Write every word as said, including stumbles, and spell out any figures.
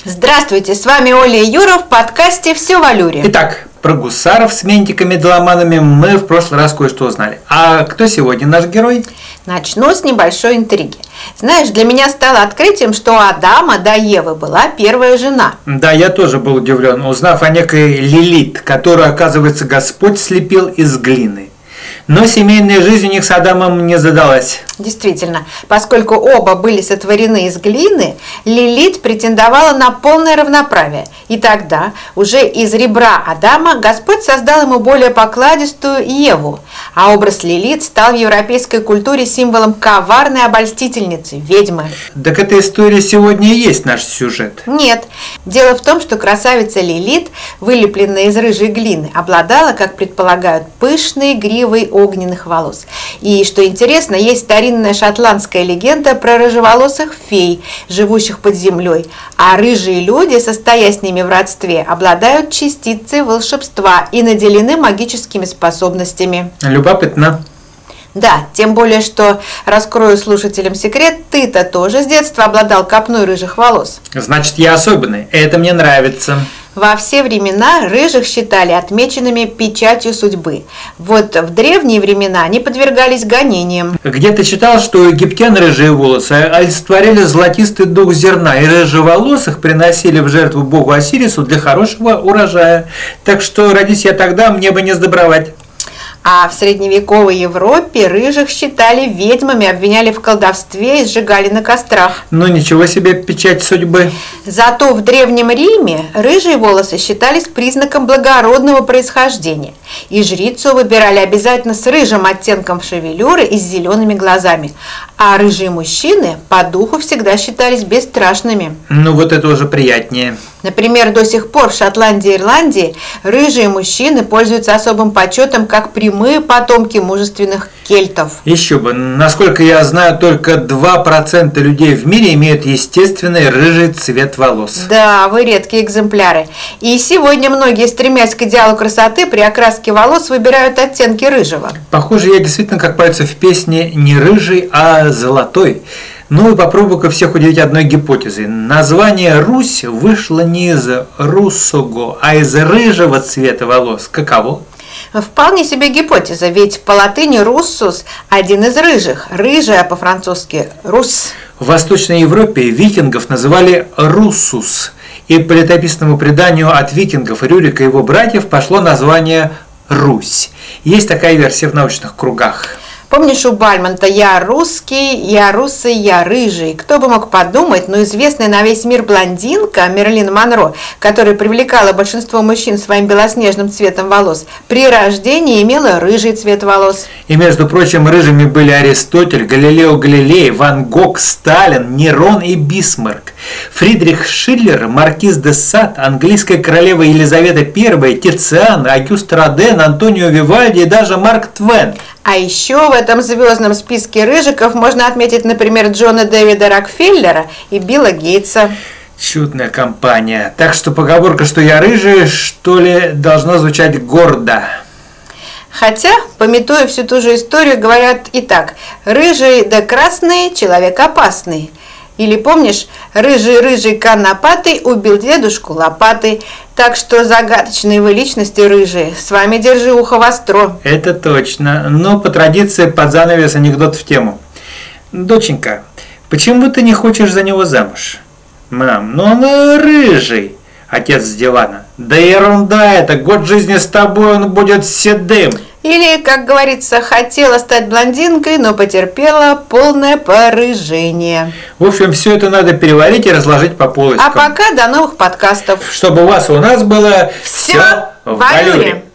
Здравствуйте, с вами Оля и Юра в подкасте «Все в Алюре». Итак, про гусаров с ментиками-доломанами мы в прошлый раз кое-что узнали. А кто сегодня наш герой? Начну с небольшой интриги. Знаешь, для меня стало открытием, что у Адама до Евы была первая жена. Да, я тоже был удивлен, узнав о некой Лилит, которую, оказывается, Господь слепил из глины. Но семейная жизнь у них с Адамом не задалась. Действительно, поскольку оба были сотворены из глины, Лилит претендовала на полное равноправие. И тогда, уже из ребра Адама, Господь создал ему более покладистую Еву. А образ Лилит стал в европейской культуре символом коварной обольстительницы, ведьмы. Так эта история сегодня и есть наш сюжет. Нет. Дело в том, что красавица Лилит, вылепленная из рыжей глины, обладала, как предполагают, пышной гривой огненных волос. И, что интересно, есть старинная шотландская легенда про рыжеволосых фей, живущих под землей. А рыжие люди, состоя с ними в родстве, обладают частицей волшебства и наделены магическими способностями. Любопытно. Да, тем более, что, раскрою слушателям секрет, ты-то тоже с детства обладал копной рыжих волос. Значит, я особенный. Это мне нравится. Во все времена рыжих считали отмеченными печатью судьбы. Вот в древние времена они подвергались гонениям. Где-то читал, что у египтян рыжие волосы олицетворяли золотистый дух зерна, и рыжеволосых приносили в жертву богу Осирису для хорошего урожая. Так что, родись я тогда, мне бы не сдобровать. А в средневековой Европе рыжих считали ведьмами, обвиняли в колдовстве и сжигали на кострах. Ну ничего себе печать судьбы. Зато в Древнем Риме рыжие волосы считались признаком благородного происхождения. И жрицу выбирали обязательно с рыжим оттенком шевелюры и с зелеными глазами. А рыжие мужчины по духу всегда считались бесстрашными. Ну вот это уже приятнее. Например, до сих пор в Шотландии и Ирландии рыжие мужчины пользуются особым почетом как прямые потомки мужественных кельтов. Еще бы, насколько я знаю, только два процента людей в мире имеют естественный рыжий цвет волос. Да, вы редкие экземпляры. И сегодня многие, стремясь к идеалу красоты, при окраске волос выбирают оттенки рыжего. Похоже, я действительно, как поется в песне, не рыжий, а золотой. Ну и попробую-ка всех удивить одной гипотезой. Название «Русь» вышло не из руссого, а из рыжего цвета волос. Каково? Вполне себе гипотеза, ведь по латыни «руссус» один из рыжих, рыжая по-французски «рус». В Восточной Европе викингов называли «руссус», и по летописному преданию от викингов Рюрика и его братьев пошло название «Русь». Есть такая версия в научных кругах. Помнишь у Бальмонта «Я русский, я русый, я рыжий». Кто бы мог подумать, но известная на весь мир блондинка Мерлин Монро, которая привлекала большинство мужчин своим белоснежным цветом волос, при рождении имела рыжий цвет волос. И, между прочим, рыжими были Аристотель, Галилео Галилей, Ван Гог, Сталин, Нерон и Бисмарк. Фридрих Шиллер, маркиз де Сад, английская королева Елизавета Первая, Тициан, Агюст Роден, Антонио Вивальди и даже Марк Твен. А еще в этом звездном списке рыжиков можно отметить, например, Джона Дэвида Рокфеллера и Билла Гейтса. Чудная компания. Так что поговорка, что я рыжий, что ли, должна звучать гордо. Хотя, памятуя всю ту же историю, говорят и так: рыжий да красный, человек опасный. Или помнишь, рыжий-рыжий конопатый убил дедушку лопатой. Так что загадочные вы личности рыжие, с вами держи ухо востро. Это точно, но по традиции под занавес анекдот в тему. Доченька, почему ты не хочешь за него замуж? Мам, ну он рыжий. Отец с дивана. Да ерунда это, год жизни с тобой он будет седым. Или, как говорится, хотела стать блондинкой, но потерпела полное порыжение. В общем, все это надо переварить и разложить по полочкам. А пока до новых подкастов. Чтобы у вас и у нас было все в Алюре.